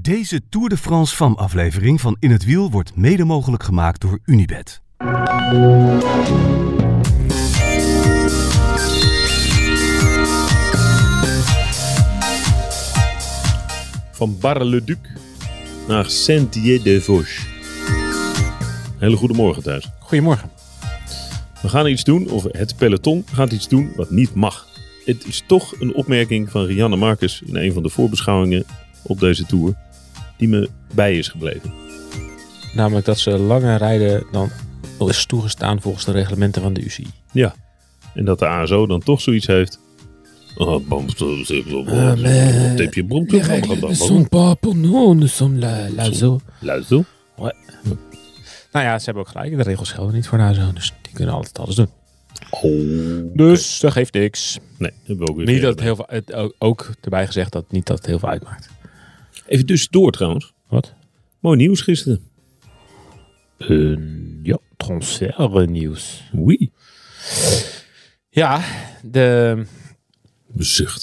Deze Tour de France FAM-aflevering van In het Wiel wordt mede mogelijk gemaakt door Unibet. Van Bar-le-Duc naar Saint-Dié-des-Vosges. Hele goede morgen thuis. Goedemorgen. We gaan iets doen, of het peloton gaat iets doen wat niet mag. Het is toch een opmerking van Rianne Marcus in een van de voorbeschouwingen op deze Tour die me bij is gebleven. Namelijk dat ze langer rijden dan is toegestaan volgens de reglementen van de UCI. Ja, en dat de ASO dan toch zoiets heeft. Luizel. Nou ja, ze hebben ook gelijk. De regels gelden niet voor de ASO, dus die kunnen altijd alles doen. Oh, Dus dat geeft niks. nee, hebben we ook weer. Niet dat het heel veel, ook erbij gezegd dat niet dat het heel veel uitmaakt. Even tussendoor trouwens. Wat? Mooi nieuws gisteren. Ja, transfernieuws. Oei. Ja, de Bezucht.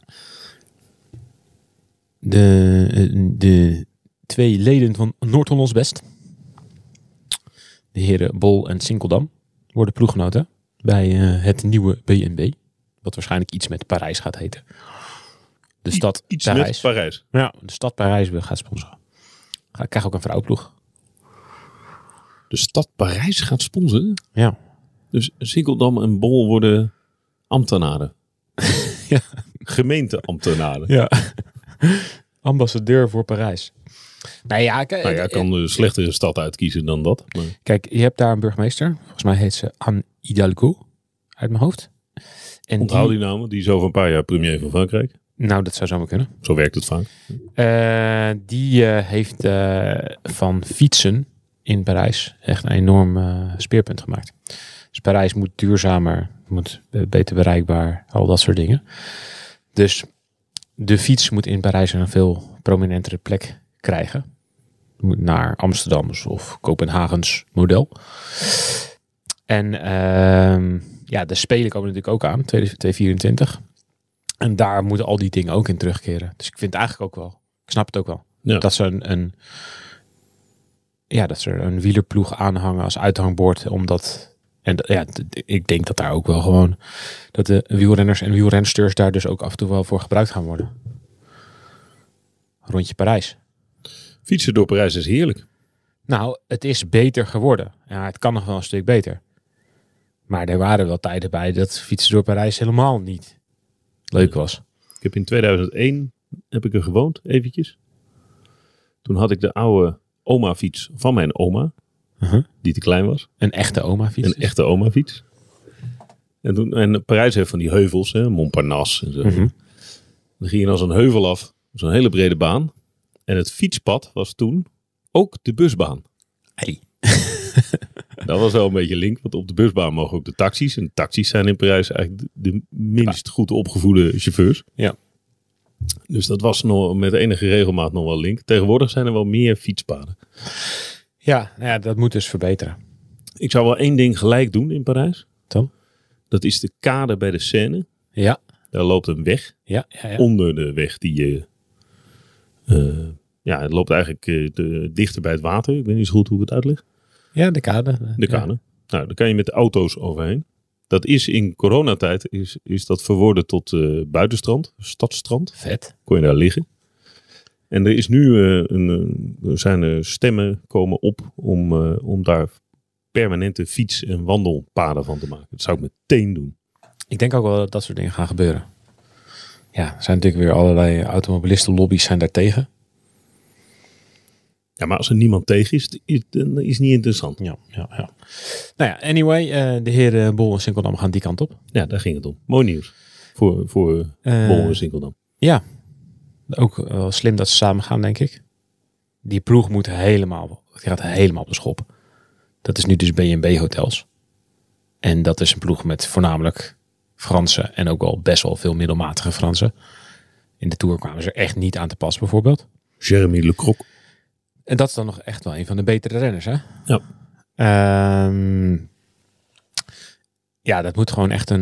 De twee leden van Noord-Hollands Best, de heren Bol en Sinkeldam, worden ploeggenoten bij het nieuwe BNB. Wat waarschijnlijk iets met Parijs gaat heten. De stad Iets Parijs. met Parijs. Ja, de stad Parijs gaat sponsoren. Ik krijg ook een vrouwenploeg. De stad Parijs gaat sponsoren. Ja. Dus Sinkeldam en Bol worden ambtenaren. Ja. Gemeenteambtenaren. Ja. Ambassadeur voor Parijs. Nou ja, Kan een slechtere stad uitkiezen dan dat. Maar... Kijk, je hebt daar een burgemeester. Volgens mij heet ze Anne Hidalgo. Uit mijn hoofd. En Onthoud die namen. Die is over een paar jaar premier van Frankrijk. Nou, dat zou zomaar kunnen. Zo werkt het vaak. Die heeft van fietsen in Parijs echt een enorm speerpunt gemaakt. Dus Parijs moet duurzamer, moet beter bereikbaar, al dat soort dingen. Dus de fiets moet in Parijs een veel prominentere plek krijgen. Moet naar Amsterdams of Kopenhagens model. En de Spelen komen natuurlijk ook aan, 2024. En daar moeten al die dingen ook in terugkeren. Dus ik vind het eigenlijk ook wel, ik snap het ook wel. Ja. Dat ze dat ze een wielerploeg aanhangen als uithangbord. Ik denk dat daar ook wel gewoon, dat de wielrenners en wielrensters daar dus ook af en toe wel voor gebruikt gaan worden. Rondje Parijs. Fietsen door Parijs is heerlijk. Nou, het is beter geworden. Ja, het kan nog wel een stuk beter. Maar er waren wel tijden bij dat fietsen door Parijs helemaal niet leuk was. Ik heb in 2001 er gewoond, eventjes. Toen had ik de oude oma-fiets van mijn oma, die te klein was. Een echte oma-fiets? Een echte oma-fiets. En Parijs heeft van die heuvels, hè, Montparnasse en zo. Dan ging je dan zo'n heuvel af, zo'n hele brede baan. En het fietspad was toen ook de busbaan. Hey. Dat was wel een beetje link, want op de busbaan mogen ook de taxis. En taxis zijn in Parijs eigenlijk de minst goed opgevoede chauffeurs. Ja. Dus dat was nog met enige regelmaat nog wel link. Tegenwoordig zijn er wel meer fietspaden. Ja, dat moet dus verbeteren. Ik zou wel één ding gelijk doen in Parijs. Dan? Dat is de kade bij de Seine. Ja. Daar loopt een weg. Ja. Onder de weg die je... het loopt eigenlijk dichter bij het water. Ik weet niet zo goed hoe ik het uitleg. Ja, de kade. De kade. Nou, daar kan je met de auto's overheen. Dat is in coronatijd is dat verworden tot buitenstrand, stadstrand. Vet. Kon je daar liggen. En er is nu zijn er stemmen komen op om daar permanente fiets- en wandelpaden van te maken. Dat zou ik meteen doen. Ik denk ook wel dat dat soort dingen gaan gebeuren. Ja, er zijn natuurlijk weer allerlei automobilistenlobby's zijn daar tegen. Ja, maar als er niemand tegen is, dan is het niet interessant. Ja. Nou ja, anyway, de heren Bol en Sinkeldam gaan die kant op. Ja, daar ging het om. Mooi nieuws voor Bol en Sinkeldam. Ja, ook wel slim dat ze samen gaan, denk ik. Die ploeg gaat helemaal op de schop. Dat is nu dus B&B Hotels. En dat is een ploeg met voornamelijk Fransen en ook wel best wel veel middelmatige Fransen. In de Tour kwamen ze echt niet aan te pas, bijvoorbeeld. Jeremy Le Croc. En dat is dan nog echt wel een van de betere renners, hè? Ja. Dat moet gewoon echt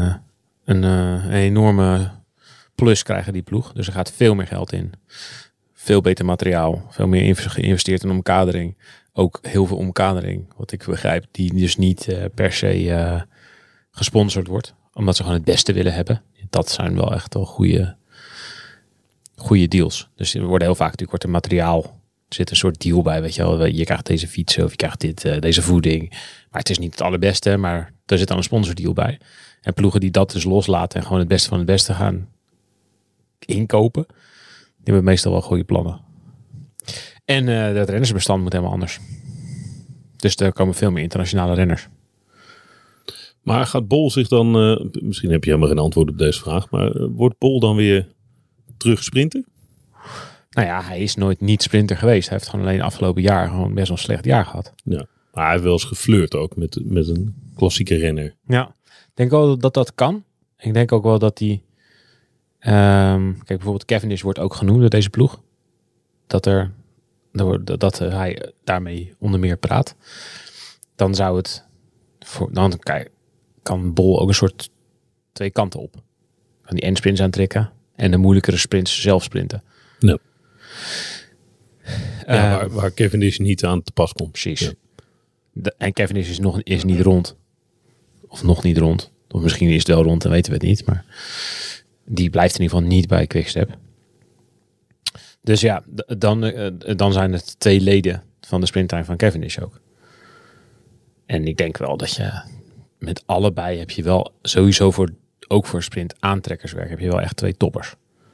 een enorme plus krijgen, die ploeg. Dus er gaat veel meer geld in. veel beter materiaal. Veel meer geïnvesteerd in omkadering. Ook heel veel omkadering, wat ik begrijp, die dus niet per se gesponsord wordt. Omdat ze gewoon het beste willen hebben. Dat zijn wel echt wel goede deals. Dus er worden heel vaak natuurlijk wordt er materiaal. Er zit een soort deal bij, weet je wel. Je krijgt deze fietsen of je krijgt deze voeding. Maar het is niet het allerbeste, maar er zit dan een sponsordeal bij. En ploegen die dat dus loslaten en gewoon het beste van het beste gaan inkopen, die hebben meestal wel goede plannen. En dat rennersbestand moet helemaal anders. Dus er komen veel meer internationale renners. Maar gaat Bol zich dan, misschien heb je helemaal geen antwoord op deze vraag, maar wordt Bol dan weer terug sprinten? Nou ja, hij is nooit niet sprinter geweest. Hij heeft gewoon alleen afgelopen jaar gewoon best wel een slecht jaar gehad. Ja, maar hij heeft wel eens geflirt ook met een klassieke renner. Ja, ik denk wel dat dat kan. Ik denk ook wel dat hij... kijk, bijvoorbeeld Cavendish wordt ook genoemd door deze ploeg. Dat hij daarmee onder meer praat. Dan zou het... Dan kan Bol ook een soort twee kanten op. Kan die endsprints aantrekken en de moeilijkere sprints zelf sprinten. Ja. Waar Cavendish niet aan te pas komt. Precies. Ja. En Cavendish is niet rond. Of nog niet rond. Of misschien is het wel rond, dan weten we het niet. Maar die blijft in ieder geval niet bij Quickstep. Dus ja, dan zijn het 2 leden van de sprinttime van Cavendish ook. En ik denk wel dat je met allebei heb je wel sowieso ook voor sprint aantrekkerswerk heb je wel echt 2 toppers.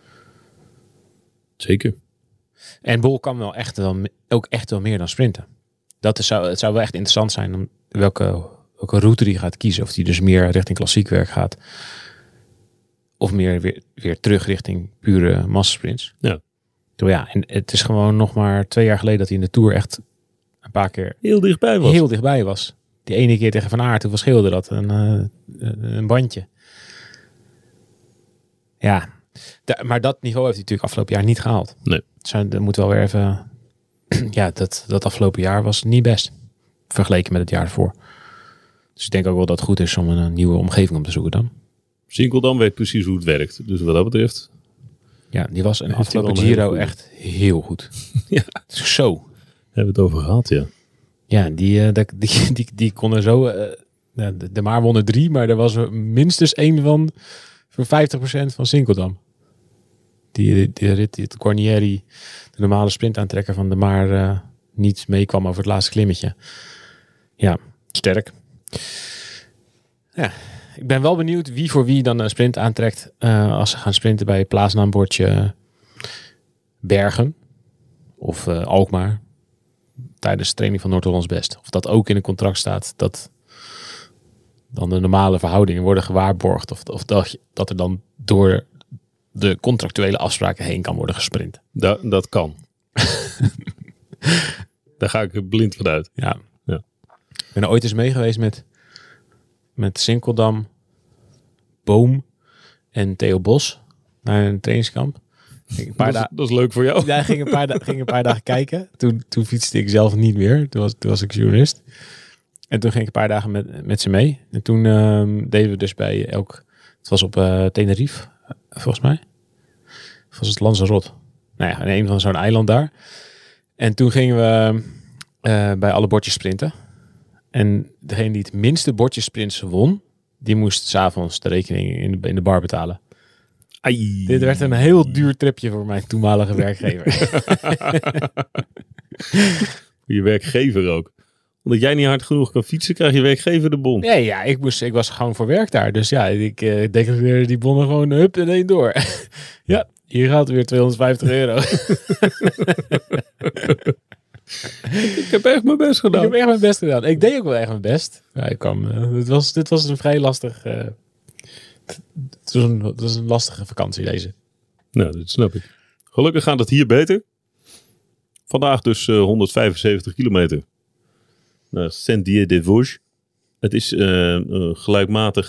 Zeker. En Bol kan wel echt wel meer dan sprinten. Het zou wel echt interessant zijn om welke route die gaat kiezen. Of die dus meer richting klassiek werk gaat. Of meer weer terug richting pure massasprints. Ja. Ja, en het is gewoon nog maar 2 jaar geleden dat hij in de Tour echt een paar keer heel dichtbij was. Die ene keer tegen Van Aert, toen verschilde dat een bandje. Ja, maar dat niveau heeft hij natuurlijk afgelopen jaar niet gehaald. Nee. Dat moet wel weer even... Ja, dat afgelopen jaar was niet best. Vergeleken met het jaar ervoor. Dus ik denk ook wel dat het goed is om een nieuwe omgeving op te zoeken dan. Sinkeldam weet precies hoe het werkt. Dus wat dat betreft... Ja, die was een afgelopen Giro echt heel goed. Ja. Zo. Hebben we het over gehad, ja. Ja, die kon er zo... de Maar won er 3, maar er was er minstens 1 van voor 50% van Sinkeldam. Die rit, die Guarnieri, de normale sprintaantrekker van de Maar, niet meekwam over het laatste klimmetje. Ja, sterk. Ja, ik ben wel benieuwd wie voor wie dan een sprint aantrekt als ze gaan sprinten bij plaatsnaambordje Bergen of Alkmaar tijdens de training van Noord-Hollands Best. Of dat ook in een contract staat dat dan de normale verhoudingen worden gewaarborgd of dat er dan door de contractuele afspraken heen kan worden gesprint. Dat kan. Daar ga ik blind vanuit. Ja. Ik ben er ooit eens mee geweest met Sinkeldam, Boom en Theo Bos naar een trainingskamp. Dat is leuk voor jou. Ja, ging een paar dagen kijken. Toen fietste ik zelf niet meer. Toen was ik journalist. En toen ging ik een paar dagen met ze mee. En toen deden we dus bij het was op Tenerife, volgens mij. Of was het Lanzarote? Nou ja, in een van zo'n eiland daar. En toen gingen we bij alle bordjes sprinten. En degene die het minste bordjes sprints won, die moest 's avonds de rekening in de bar betalen. Ai. Dit werd een heel duur tripje voor mijn toenmalige werkgever. Voor je werkgever ook. Omdat jij niet hard genoeg kan fietsen, krijg je werkgever de bon. Nee, ja, ik was gewoon voor werk daar. Dus ja, ik declareerde die bonnen gewoon hup en één door. Ja, hier gaat weer €250. Ik heb echt mijn best gedaan. Ik heb echt mijn best gedaan. Ik deed ook wel echt mijn best. Ja, dit was een vrij lastig... Het was een lastige vakantie deze. Nou, dat snap ik. Gelukkig gaat het hier beter. Vandaag dus 175 kilometer. Naar Saint-Dié-des-Vosges. Het is gelijkmatig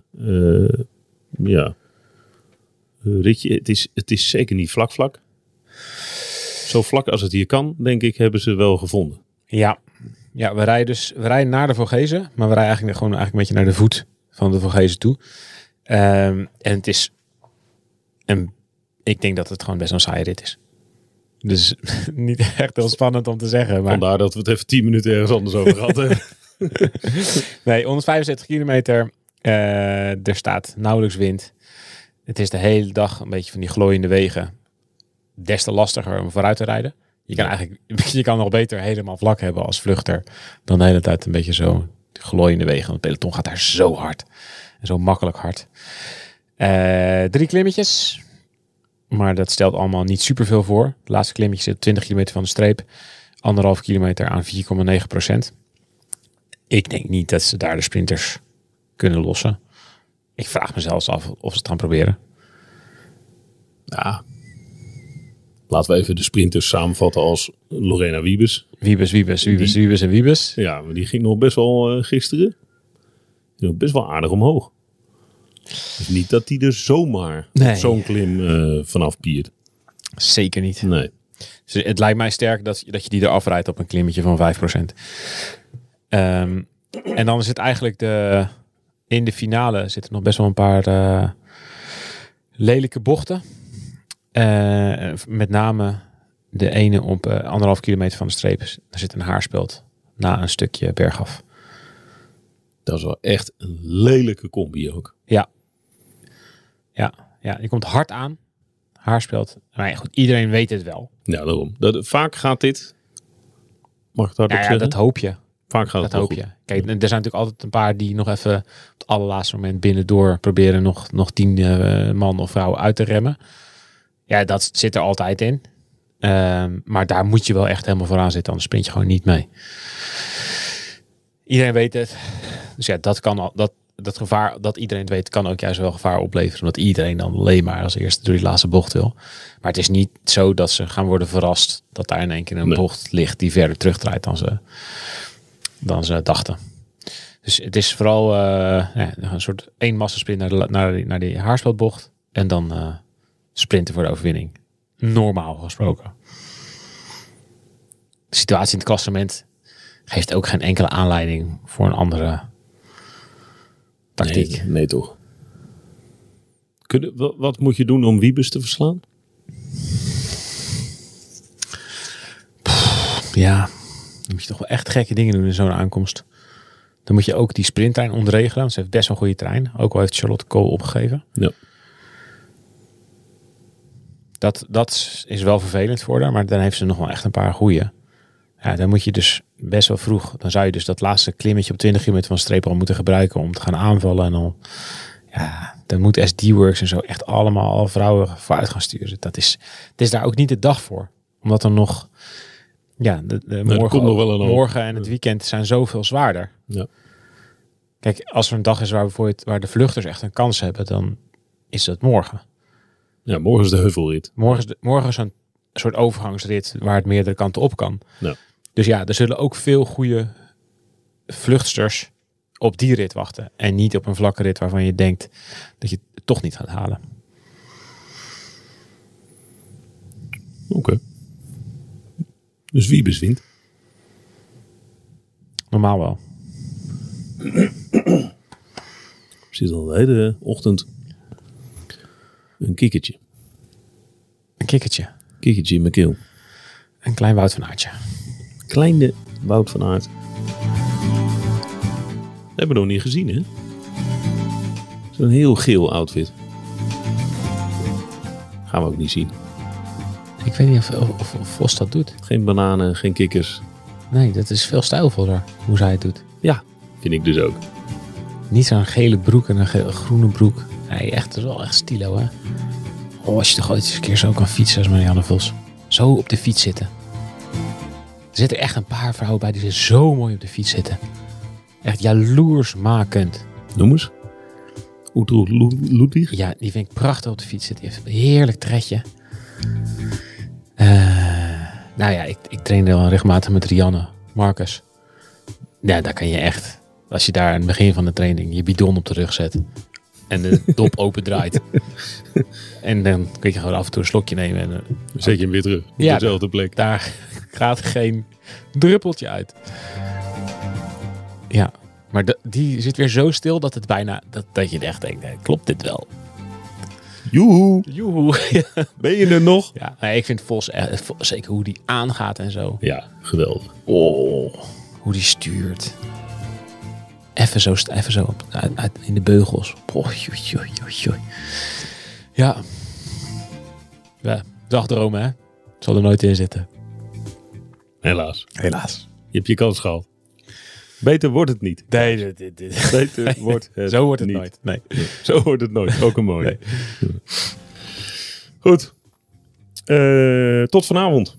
ritje. Het is zeker niet vlak. Zo vlak als het hier kan, denk ik, hebben ze wel gevonden. Ja, we rijden naar de Vogezen, maar we rijden eigenlijk een beetje naar de voet van de Vogezen toe. En het is... ik denk dat het gewoon best een saaie rit is. Dus niet echt heel spannend om te zeggen. Maar... Vandaar dat we het even 10 minuten ergens anders over gehad hebben. Nee, 175 kilometer. Er staat nauwelijks wind. Het is de hele dag een beetje van die glooiende wegen. Des te lastiger om vooruit te rijden. Je kan nog beter helemaal vlak hebben als vluchter. Dan de hele tijd een beetje zo glooiende wegen. Want het peloton gaat daar zo hard. En zo makkelijk hard. 3 klimmetjes. Maar dat stelt allemaal niet superveel voor. Het laatste klimmetje zit 20 kilometer van de streep. 1,5 kilometer aan 4,9%. Ik denk niet dat ze daar de sprinters kunnen lossen. Ik vraag me zelfs af of ze het gaan proberen. Ja. Laten we even de sprinters samenvatten als Lorena Wiebes. Wiebes. Ja, maar die ging nog best wel gisteren. Die nog best wel aardig omhoog. Dus niet dat die er zomaar op zo'n klim vanaf piert. Zeker niet. Nee. Dus het lijkt mij sterk dat je die eraf rijdt op een klimmetje van 5%. En dan is het eigenlijk in de finale zitten nog best wel een paar lelijke bochten. Met name de ene op 1,5 kilometer van de streep. Daar zit een haarspeld na een stukje bergaf. Dat is wel echt een lelijke combi ook. Ja, die komt hard aan. Haarspeld. Maar ja, goed, iedereen weet het wel. Ja, daarom. Vaak gaat dit... Mag ik het hardop zeggen? Dat hoop je. Vaak gaat het wel hoop goed. je. Kijk, er zijn natuurlijk altijd een paar die nog even op het allerlaatste moment binnendoor proberen nog 10 man of vrouw uit te remmen. Ja, dat zit er altijd in. Maar daar moet je wel echt helemaal vooraan zitten, anders sprint je gewoon niet mee. Iedereen weet het. Dus ja, dat gevaar, dat iedereen het weet, kan ook juist wel gevaar opleveren. Omdat iedereen dan alleen maar als eerste door die laatste bocht wil. Maar het is niet zo dat ze gaan worden verrast dat daar in één keer een bocht ligt die verder terugdraait dan ze dachten. Dus het is vooral een soort 1 massasprint naar die haarspeldbocht. En dan sprinten voor de overwinning. Normaal gesproken. De situatie in het klassement geeft ook geen enkele aanleiding voor een andere tactiek. Nee toch. Wat moet je doen om Wiebes te verslaan? Ja, dan moet je toch wel echt gekke dingen doen in zo'n aankomst. Dan moet je ook die sprinttrein ontregelen. Ze heeft best wel een goede trein. Ook al heeft Charlotte Kool opgegeven. Ja. Dat is wel vervelend voor haar. Maar dan heeft ze nog wel echt een paar goede. Ja, dan moet je dus best wel vroeg. Dan zou je dus dat laatste klimmetje op 20 kilometer van de streep al moeten gebruiken om te gaan aanvallen. En dan moet SD-Works en zo echt allemaal al vrouwen vooruit gaan sturen. Het is daar ook niet de dag voor. Omdat er nog... Ja, morgen en het weekend zijn zoveel zwaarder. Ja. Kijk, als er een dag is waar de vluchters echt een kans hebben, dan is dat morgen. Ja, morgen is de heuvelrit. Morgen is een soort overgangsrit waar het meerdere kanten op kan. Ja. Dus ja, er zullen ook veel goede vluchtsters op die rit wachten. En niet op een vlakke rit waarvan je denkt dat je het toch niet gaat halen. Oké. Dus Wiebes wint. Normaal wel. Zit al de hele ochtend een kikkertje. Een kikkertje. Kikkertje in mijn keel. Een klein Wout van Aertje. Kleine Wout van Aert. Dat hebben we nog niet gezien, hè? Zo'n heel geel outfit. Gaan we ook niet zien. Ik weet niet of Vos dat doet. Geen bananen, geen kikkers. Nee, dat is veel stijlvoller hoe zij het doet. Ja, vind ik dus ook. Niet zo'n gele broek en een groene broek. Nee, echt, dat is wel echt stilo, hè. Oh, als je toch ooit eens een keer zo kan fietsen als Marianne Vos. Zo op de fiets zitten. Er zitten echt een paar vrouwen bij die zo mooi op de fiets zitten. Echt jaloersmakend. Noem eens. Udo Ludwig? Ja, die vind ik prachtig op de fiets zitten. Die heeft een heerlijk tredje. Nou ja, ik trainde wel regelmatig met Rianne Marcus. Ja, daar kan je echt... Als je daar aan het begin van de training je bidon op de rug zet. En de dop open draait. En dan kun je gewoon af en toe een slokje nemen. En zet je hem weer terug. Op dezelfde plek. Daar gaat geen druppeltje uit. Ja, maar die zit weer zo stil dat het bijna... Dat je echt denkt, klopt dit wel? Joehoe, Joehoe. ben je er nog? Ja, nee, ik vind Vos echt, zeker hoe die aangaat en zo. Ja, geweldig. Oh, hoe die stuurt. Even zo in de beugels. Oh, joi. Ja. Ja, dagdromen, hè? Zal er nooit in zitten. Helaas. Helaas. Je hebt je kans gehad. Beter wordt het niet. Nee, Beter wordt het zo wordt het niet. nooit. Nee. Zo wordt het nooit. Ook een mooie. Nee. Goed. Tot vanavond.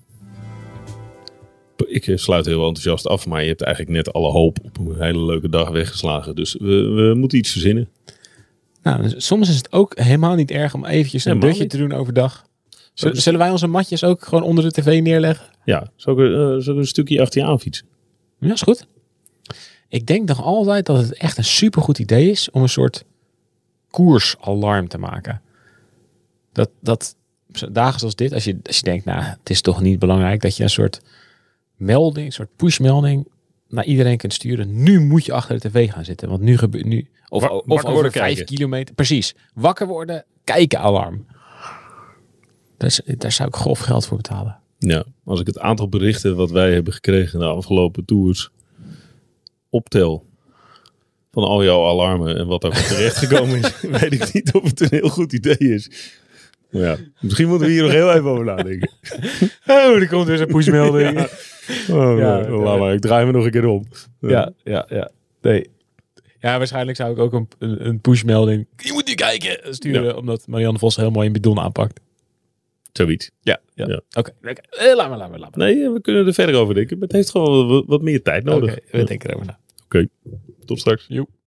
Ik sluit heel enthousiast af, maar je hebt eigenlijk net alle hoop op een hele leuke dag weggeslagen. Dus we moeten iets verzinnen. Nou, soms is het ook helemaal niet erg om eventjes een dutje te doen overdag. Zullen wij onze matjes ook gewoon onder de tv neerleggen? Ja, zou ik een stukje achter je aan fietsen? Ja, is goed. Ik denk nog altijd dat het echt een supergoed idee is om een soort koersalarm te maken. Dat dagen zoals dit, als je denkt, nou, het is toch niet belangrijk, dat je een soort melding, een soort pushmelding naar iedereen kunt sturen. Nu moet je achter de tv gaan zitten, want nu gebeurt nu of over 5 kilometer. Precies. Wakker worden, kijken alarm. Daar zou ik grof geld voor betalen. Ja, als ik het aantal berichten wat wij hebben gekregen in de afgelopen tours optel van al jouw alarmen en wat daarvan terecht gekomen is, weet ik niet of het een heel goed idee is. Maar ja, misschien moeten we hier nog heel even over nadenken. Oh, er komt weer zo'n pushmelding. Ja. Laat maar, ik draai me nog een keer om. Ja. Nee. Ja, waarschijnlijk zou ik ook een pushmelding. Je moet nu kijken sturen, omdat Marianne Vos heel mooi een bidon aanpakt. Zoiets. Ja. Oké. Laat maar. Nee, we kunnen er verder over denken. Maar het heeft gewoon wat meer tijd nodig. Oké, we denken erover na. Oké, tot straks. Joep.